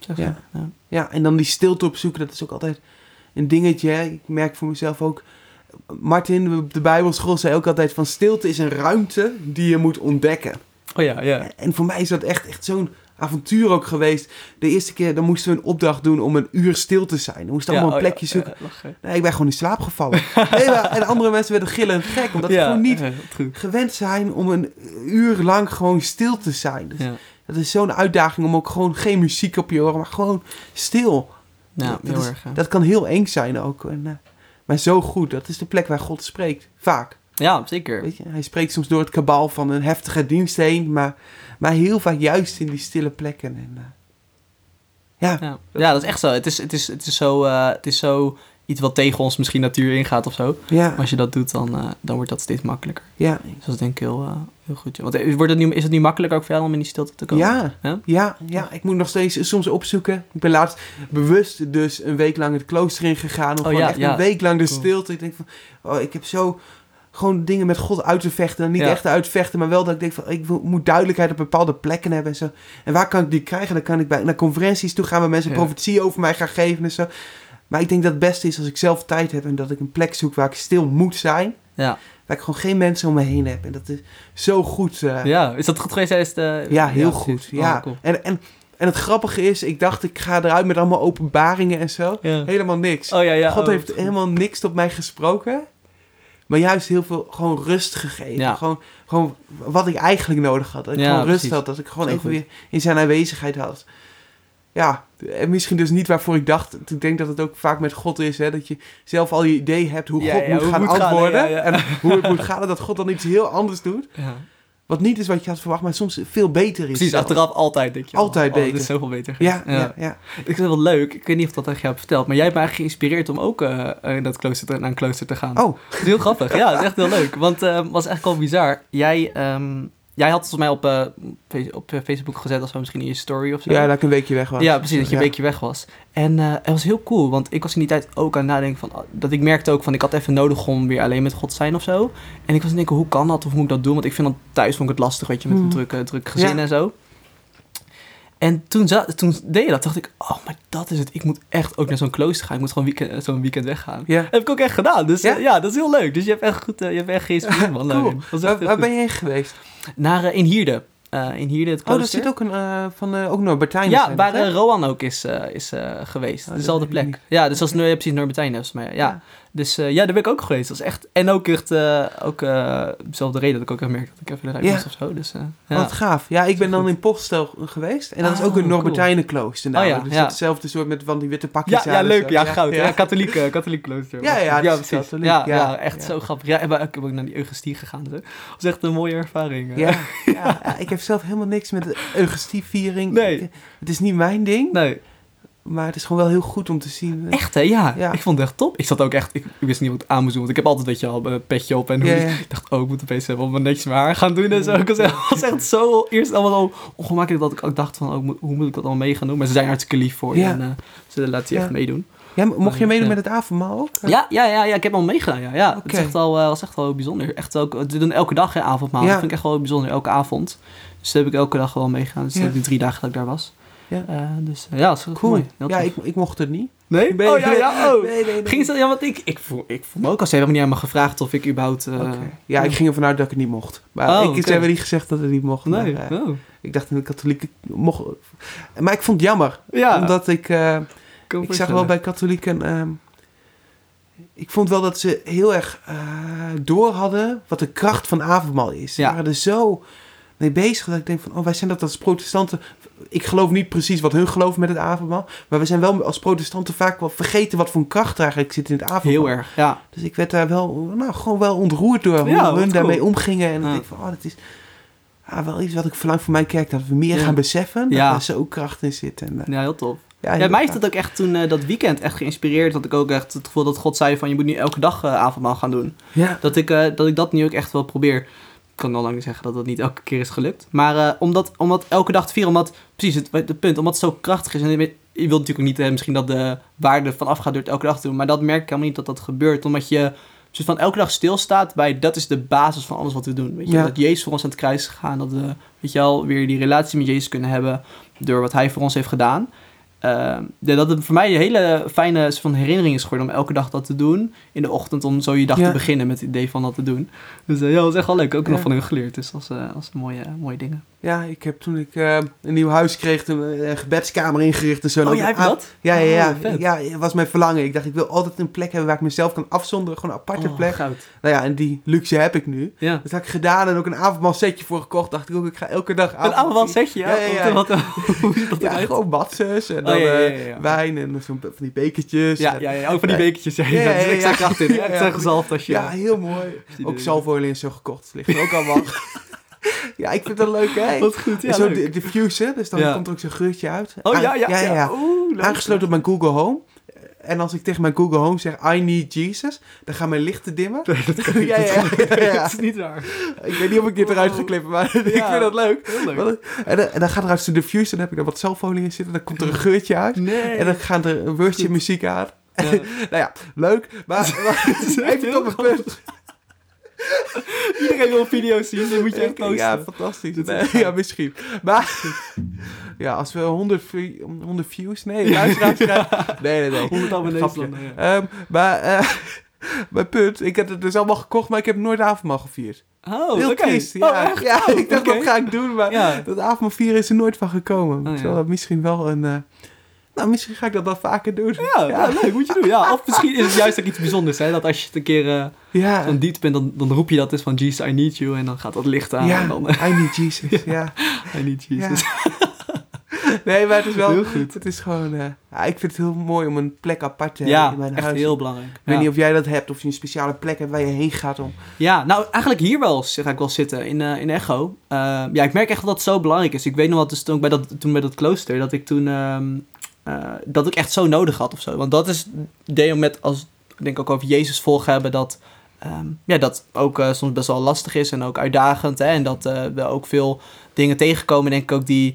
Ja, en dan die stilte opzoeken, dat is ook altijd een dingetje. Hè? Ik merk voor mezelf ook... Martin, op de Bijbelschool, zei ook altijd van... stilte is een ruimte die je moet ontdekken. Oh ja. En voor mij is dat echt zo'n avontuur ook geweest. De eerste keer, dan moesten we een opdracht doen om een uur stil te zijn. Dan moesten we allemaal een plekje zoeken. Nee, ik ben gewoon in slaap gevallen. En andere mensen werden gillend gek. Omdat ze gewoon niet gewend zijn om een uur lang gewoon stil te zijn. Dus dat is zo'n uitdaging om ook gewoon geen muziek op je oren, maar gewoon stil. Ja, dat kan heel eng zijn ook. Maar zo goed, dat is de plek waar God spreekt. Vaak. Ja, zeker. Weet je, hij spreekt soms door het kabaal van een heftige dienst heen, maar heel vaak juist in die stille plekken. En, dat is echt zo. Het is zo iets wat tegen ons misschien natuur ingaat of zo. Ja. Maar als je dat doet, dan wordt dat steeds makkelijker. Ja. Dus dat is denk ik heel goed. Ja. Want is het nu makkelijker ook voor jou om in die stilte te komen? Ja. Ik moet nog steeds soms opzoeken. Ik ben laatst bewust dus een week lang het klooster ingegaan. Om een week lang de stilte. Ik denk van, ik heb zo gewoon dingen met God uit te vechten. En niet echt uit te vechten, maar wel dat ik denk van, ik moet duidelijkheid op bepaalde plekken hebben en zo. En waar kan ik die krijgen? Dan kan ik naar conferenties toe gaan waar mensen profetie over mij gaan geven en zo. Maar ik denk dat het beste is als ik zelf tijd heb en dat ik een plek zoek waar ik stil moet zijn. Ja. Waar ik gewoon geen mensen om me heen heb. En dat is zo goed. Is dat goed geweest tijdens de... Ja, heel goed. Ja. Cool. En het grappige is, ik dacht ik ga eruit met allemaal openbaringen en zo. Ja. Helemaal niks. God heeft helemaal niks tot mij gesproken. Maar juist heel veel gewoon rust gegeven. Ja. Gewoon wat ik eigenlijk nodig had. Dat ik gewoon rust had. Dat ik gewoon even weer in zijn aanwezigheid had. Ja, en misschien dus niet waarvoor ik dacht. Ik denk dat het ook vaak met God is. Hè, dat je zelf al je idee hebt hoe God moet gaan antwoorden. En hoe het moet gaan. En dat God dan iets heel anders doet. Ja. Wat niet is wat je had verwacht, maar soms veel beter is. Precies, achteraf altijd denk je. Altijd beter. Het is zoveel beter. Ja. Ik vind het wel leuk. Ik weet niet of dat tegen jou hebt verteld. Maar jij hebt mij geïnspireerd om ook naar een klooster te gaan. Oh. Dat is heel grappig. Ja, dat is echt heel leuk. Want het was echt wel bizar. Jij had het volgens mij op Facebook gezet als misschien in je story of zo. Ja, dat ik een weekje weg was. Ja, precies, dat je een weekje weg was. En het was heel cool, want ik was in die tijd ook aan het nadenken van... Dat ik merkte ook van, ik had even nodig om weer alleen met God te zijn of zo. En ik was aan het denken, hoe kan dat of hoe moet ik dat doen? Want ik vind dat thuis vond ik het lastig, weet je, met een druk gezin en zo. En toen deed je dat, dacht ik, oh, maar dat is het. Ik moet echt ook naar zo'n klooster gaan. Ik moet gewoon zo'n weekend weggaan. Ja. Dat heb ik ook echt gedaan. Dus dat is heel leuk. Dus je hebt echt goed, je hebt echt geïnspireerd, man. Cool. Waar ben je heen geweest? In Hierde. In Hierde het klooster. Oh, dat zit ook ook Norbertijn. Ja, waar Rowan ook is geweest. Dezelfde plek. Ja, dus dat is precies Norbertijn. Maar ja. Dus daar ben ik ook geweest. Dat is echt... En ook echt... dezelfde reden dat ik ook echt merkte dat ik even eruit moest of zo. Dus, Wat gaaf. Ja, ik ben dan in Postel geweest. En dat is ook een Norbertijnenklooster. Nou, dus hetzelfde soort met van die witte pakjes. Ja, leuk. Ja, goud. Ja. Katholiek klooster. Ja, precies. Ja, echt zo grappig. Ja, en ik heb ook naar die Eucharistie gegaan. Dus. Dat was echt een mooie ervaring. Ja, ik heb zelf helemaal niks met de Eucharistieviering. Nee. Het is niet mijn ding. Nee. Maar het is gewoon wel heel goed om te zien. Echt, hè? Ja. Ik vond het echt top. Ik zat ook echt... Ik wist niet wat ik aan moest doen. Want ik heb altijd, weet je al, een petje op. En ik dacht, ik moet opeens wel netjes mijn haar gaan doen en zo. Het was echt zo... Eerst allemaal zo ongemakkelijk dat ik ook dacht van... hoe moet ik dat allemaal mee gaan doen? Maar ze zijn hartstikke lief voor je. En ze laten je echt meedoen. Ja, mocht je meedoen met het avondmaal ook? Ja, ik heb al meegedaan, ja. Okay. Het is echt was echt wel heel bijzonder. Echt ook, we doen elke dag avondmaal. Dat vind ik echt wel bijzonder, elke avond. Dus daar heb ik elke dag wel meegegaan. Dus die 3 dagen dat ik daar was. Ja. Dat is cool. Mooi. Ik mocht het niet. Nee? Nee. Ging het, want ik voel me ook als ze hebben niet aan me gevraagd of ik überhaupt... Ja, ik ging ervan uit dat ik het niet mocht. Maar ze hebben niet gezegd dat het niet mocht. Nee. Maar, ik dacht dat de katholieken mocht. Maar ik vond het jammer. Ja. Omdat ik zag wel bij katholieken... ik vond wel dat ze heel erg door hadden wat de kracht van avondmaal is. Ze waren er zo mee bezig. Dat ik denk van, wij zijn dat als protestanten... Ik geloof niet precies wat hun geloven met het avondmaal. Maar we zijn wel als protestanten vaak wel vergeten wat voor een kracht er eigenlijk zit in het avondmaal. Heel erg, ja. Dus ik werd daar wel, gewoon wel ontroerd door hoe hun daarmee omgingen. En ik denk van, dat is wel iets wat ik verlang voor mijn kerk. Dat we meer gaan beseffen. Dat er zo kracht in zit. En, ja, heel tof. Ja, mij heeft het ook echt toen dat weekend echt geïnspireerd. Dat ik ook echt het gevoel dat God zei van... je moet nu elke dag avondmaal gaan doen. Ja. Dat ik dat nu ook echt wel probeer. Ik kan al lang niet zeggen dat dat niet elke keer is gelukt. Maar om dat elke dag te vieren... omdat precies het punt, omdat het zo krachtig is... en je wilt natuurlijk ook niet misschien dat de waarde vanaf gaat door het elke dag te doen... maar dat merk ik helemaal niet dat dat gebeurt. Omdat je soort van elke dag stilstaat bij... dat is de basis van alles wat we doen. Weet je? Dat Jezus voor ons aan het kruis is gegaan. Dat we, weet je wel, weer die relatie met Jezus kunnen hebben... door wat hij voor ons heeft gedaan... dat het voor mij een hele fijne soort van herinnering is geworden om elke dag dat te doen in de ochtend, om zo je dag te beginnen met het idee van dat te doen. Dus dat is echt wel leuk, ook nog van hun geleerd, dus als mooie dingen. Ja, ik heb toen ik een nieuw huis kreeg, een gebedskamer ingericht en zo. Oh, jij hebt dat? Ja, het was mijn verlangen. Ik dacht, ik wil altijd een plek hebben waar ik mezelf kan afzonderen, gewoon een aparte plek. Goud. Nou ja, en die luxe heb ik nu. Ja. Dat heb ik gedaan en ook een avondmaalsetje voor gekocht. Dacht ik ook, ik ga elke dag een avondmaalsetje? Ja. Hoe ziet dat eruit? Gewoon matses en dan wijn en van die bekertjes. Ja, ook van die bekertjes. Ja, er zit extra kracht in. Extra gezalfd als je... Ja, heel mooi. Ook zalfolie en zo gekocht. Ligt er ook allemaal. Ja, ik vind dat leuk, hè? Wat goed, ja, zo diffusen, dus dan komt er ook zo'n geurtje uit. Ja. Oeh, aangesloten op mijn Google Home. En als ik tegen mijn Google Home zeg, I need Jesus, dan gaan mijn lichten dimmen. Nee, dat kan niet. Dat is niet waar. Ik weet niet of ik dit eruit ga klippen, maar ik vind dat leuk. Heel leuk. En dan gaat er uit de diffuser, dan heb ik daar wat zalfolie in zitten, dan komt er een geurtje uit. Nee. En dan gaat er een woordje muziek aan. Ja. Nou ja, leuk. Maar even op een punt. Iedereen wil video's zien, die moet je echt posten. Ja, fantastisch. Ja, misschien. Maar ja, als we 100 views... Nee, luisteraars krijgen... Nee. 100 abonnees dan. Mijn punt, ik heb het dus allemaal gekocht, maar ik heb nooit avondmaal gevierd. Oh, heel triest. Ja, ik dacht, dat ga ik doen, maar dat avondmaal vieren is er nooit van gekomen. Terwijl misschien wel een... misschien ga ik dat wel vaker doen. Ja, leuk, moet je doen. Ja, of misschien is het juist ook iets bijzonders, hè? Dat als je het een keer zo'n diet bent, dan roep je dat eens van Jesus, I need you. En dan gaat dat licht aan. Ja, en dan, I need Jesus, ja. I need Jesus. Ja. Nee, maar het is wel... Heel goed. Het is gewoon... ik vind het heel mooi om een plek apart te hebben in mijn huis. Ja, echt heel belangrijk. Ik weet niet of jij dat hebt, of je een speciale plek hebt waar je heen gaat om... Ja, nou eigenlijk hier ga ik wel zitten, in Echo. Ik merk echt dat het zo belangrijk is. Ik weet nog wat, dus toen bij dat klooster, dat ik toen... dat ik echt zo nodig had of zo. Want dat is deel met, als ik denk ook over Jezus volgen hebben, dat dat ook soms best wel lastig is en ook uitdagend. Hè? En dat we ook veel dingen tegenkomen, denk ik ook, die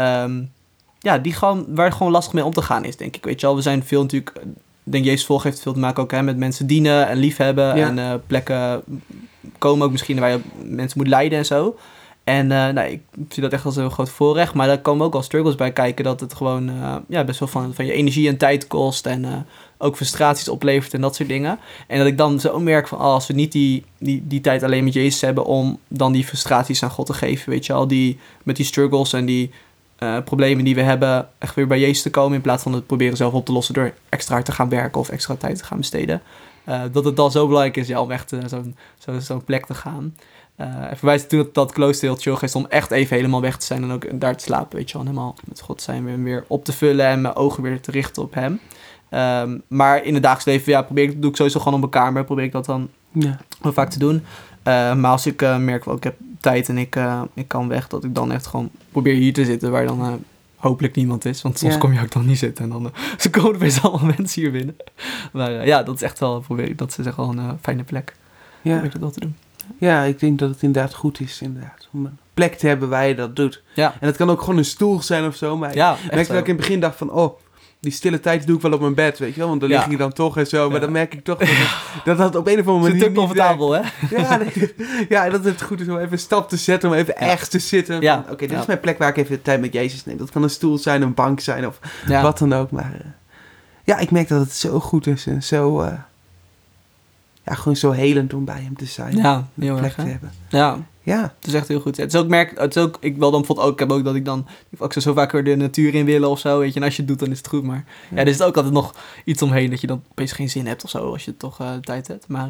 waar gewoon lastig mee om te gaan is, denk ik. Weet je wel, we zijn veel natuurlijk... Ik denk Jezus volgen heeft veel te maken ook met mensen dienen en liefhebben. Ja. En plekken komen ook misschien waar je mensen moet leiden en zo. En ik zie dat echt als een heel groot voorrecht. Maar daar komen ook al struggles bij kijken. Dat het gewoon best wel van je energie en tijd kost. En ook frustraties oplevert en dat soort dingen. En dat ik dan zo merk van... als we niet die tijd alleen met Jezus hebben... om dan die frustraties aan God te geven. Weet je al, met die struggles en die problemen die we hebben... echt weer bij Jezus te komen... in plaats van het proberen zelf op te lossen... door extra hard te gaan werken of extra tijd te gaan besteden. Dat het dan zo belangrijk is om echt zo'n plek te gaan... En voor mij is het toen dat klooster heel chill geweest om echt even helemaal weg te zijn en ook daar te slapen, weet je wel. En helemaal met God zijn weer op te vullen en mijn ogen weer te richten op hem. Maar in het dagelijks leven, doe ik sowieso gewoon op mijn kamer. Probeer ik dat dan wel vaak te doen. Maar als ik merk, ik heb tijd en ik kan weg, dat ik dan echt gewoon probeer hier te zitten waar dan hopelijk niemand is. Want soms kom je ook dan niet zitten en dan ze komen opeens allemaal mensen hier binnen. Maar dat is echt wel, dat is echt wel een fijne plek. Probeer ik dat wel te doen. Ja, ik denk dat het inderdaad goed is om een plek te hebben waar je dat doet. Ja. En het kan ook gewoon een stoel zijn of zo. Maar ik merkte dat ik in het begin dacht van... die stille tijd doe ik wel op mijn bed, weet je wel. Want dan lig ik dan toch en zo. Maar dan merk ik toch dat op een of andere manier... Het is te comfortabel, hè? Dat het goed is om even een stap te zetten. Om even ergens te zitten. Ja. Oké, dit is mijn plek waar ik even de tijd met Jezus neem. Dat kan een stoel zijn, een bank zijn of wat dan ook. Maar ik merk dat het zo goed is en zo... gewoon zo helend om bij hem te zijn. Ja, heel erg, te hebben. Ja, het is echt heel goed. Het is ook, ik wil dan bijvoorbeeld ook, ik heb ook dat ik dan, ik zou zo vaak weer de natuur in willen of zo, weet je. En als je het doet, dan is het goed. Maar er is ook altijd nog iets omheen dat je dan opeens geen zin hebt of zo, als je toch tijd hebt. Maar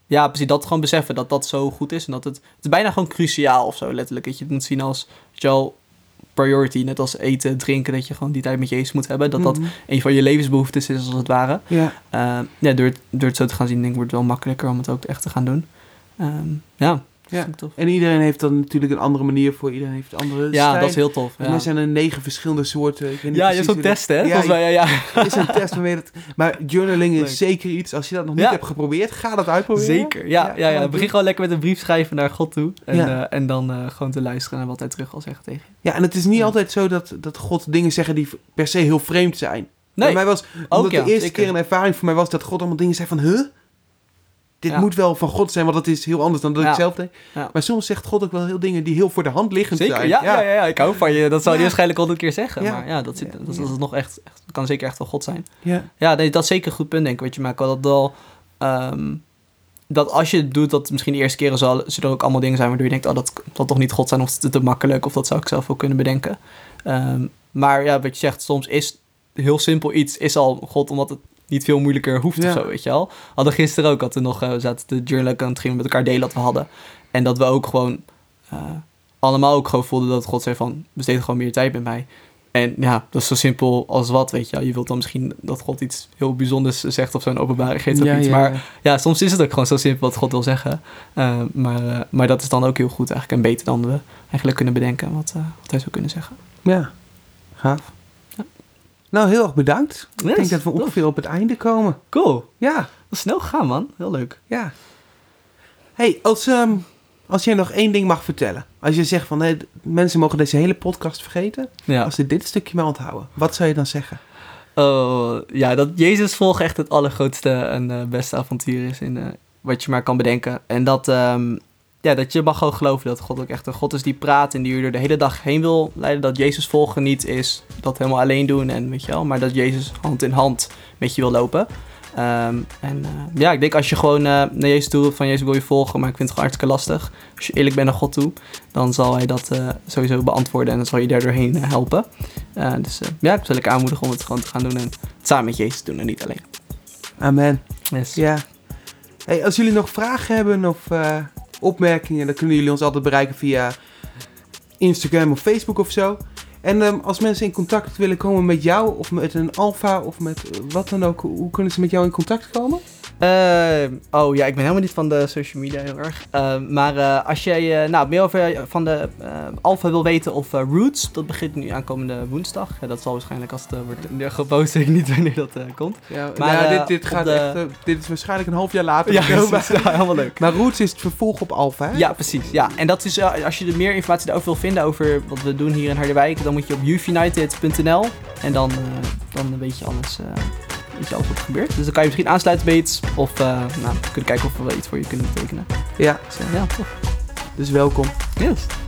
Ja, precies. Dat gewoon beseffen dat dat zo goed is. En dat het is bijna gewoon cruciaal of zo, letterlijk. Dat je het moet zien als priority. Net als eten, drinken. Dat je gewoon die tijd met Jezus moet hebben. Dat een van je levensbehoeftes is, als het ware. Ja. Door het zo te gaan zien, denk ik, wordt het wel makkelijker om het ook echt te gaan doen. Ja. En iedereen heeft dan natuurlijk een andere manier voor. Iedereen heeft andere stijl. Dat is heel tof. Er zijn er 9 verschillende soorten. Ik weet niet je hebt zo'n test, hè? Er is een test waarmee dat... Maar journaling is zeker iets. Als je dat nog niet hebt geprobeerd, ga dat uitproberen. Zeker, ja. Begin gewoon lekker met een brief schrijven naar God toe. En dan gewoon te luisteren naar wat hij terug wil zeggen tegen je. Ja, en het is niet altijd zo dat God dingen zeggen die per se heel vreemd zijn. Nee. Bij mij was, omdat de eerste keer een ervaring voor mij was dat God allemaal dingen zei van... Dit moet wel van God zijn, want dat is heel anders dan dat ik zelf denk. Ja. Maar soms zegt God ook wel heel dingen die heel voor de hand liggend zijn. Ja, ik hou van je. Dat zou hij waarschijnlijk 100 keer zeggen. Ja. Maar dat is nog echt, kan zeker echt wel God zijn. Ja, nee, dat is zeker een goed punt, denk ik. Wat je maakt dat wel... dat als je het doet, dat misschien de eerste keren zullen er ook allemaal dingen zijn waardoor je denkt, dat zal toch niet God zijn, of het is te makkelijk, of dat zou ik zelf wel kunnen bedenken. Maar wat je zegt, soms is heel simpel iets, is al God, omdat het niet veel moeilijker hoeft of zo, weet je wel. Hadden gisteren ook, zaten de journal aan het gingen met elkaar delen dat we hadden. En dat we ook gewoon allemaal ook gewoon voelden dat God zei van, besteed gewoon meer tijd met mij. En dat is zo simpel als wat, weet je wel. Je wilt dan misschien dat God iets heel bijzonders zegt of zo'n openbaring geeft of iets. Maar soms is het ook gewoon zo simpel wat God wil zeggen. Maar dat is dan ook heel goed eigenlijk en beter dan we eigenlijk kunnen bedenken wat hij zou kunnen zeggen. Ja, gaaf. Nou, heel erg bedankt. Ik denk dat we ongeveer op het einde komen. Cool. Ja. Dat is snel gegaan, man. Heel leuk. Ja. Hey, als jij nog 1 ding mag vertellen. Als je zegt van, mensen mogen deze hele podcast vergeten. Ja. Als ze dit stukje maar onthouden. Wat zou je dan zeggen? Dat Jezus volgen echt het allergrootste en beste avontuur is in wat je maar kan bedenken. En dat je mag gewoon geloven dat God ook echt een God is die praat en die je er de hele dag heen wil leiden. Dat Jezus volgen niet is dat helemaal alleen doen en weet je wel, maar dat Jezus hand in hand met je wil lopen. Ik denk als je gewoon naar Jezus toe van Jezus wil je volgen, maar ik vind het gewoon hartstikke lastig. Als je eerlijk bent naar God toe, dan zal hij dat sowieso beantwoorden en dan zal je daar doorheen helpen. Ik zal ik aanmoedigen om het gewoon te gaan doen en het samen met Jezus doen en niet alleen. Amen. Yes. Ja. Hey, als jullie nog vragen hebben of opmerkingen, dan kunnen jullie ons altijd bereiken via Instagram of Facebook of zo. En als mensen in contact willen komen met jou of met een alfa of met wat dan ook, hoe kunnen ze met jou in contact komen? Ik ben helemaal niet van de social media heel erg. Maar als jij meer over van de alfa wil weten of Roots, dat begint nu aankomende woensdag. Dat zal waarschijnlijk als het wordt gepost, ik niet wanneer dat komt. Ja, maar dit is waarschijnlijk een half jaar later. Helemaal leuk. Maar Roots is het vervolg op alfa, hè? Ja, precies. Ja. En dat is, als je er meer informatie daarover wil vinden over wat we doen hier in Harderwijk, dan moet je op youthunited.nl en dan weet je alles. Weet je alles wat er gebeurt. Dus dan kan je misschien aansluiten bij iets. Of kunnen kijken of we iets voor je kunnen betekenen. Ja. Dus, tof. Dus welkom. Yes.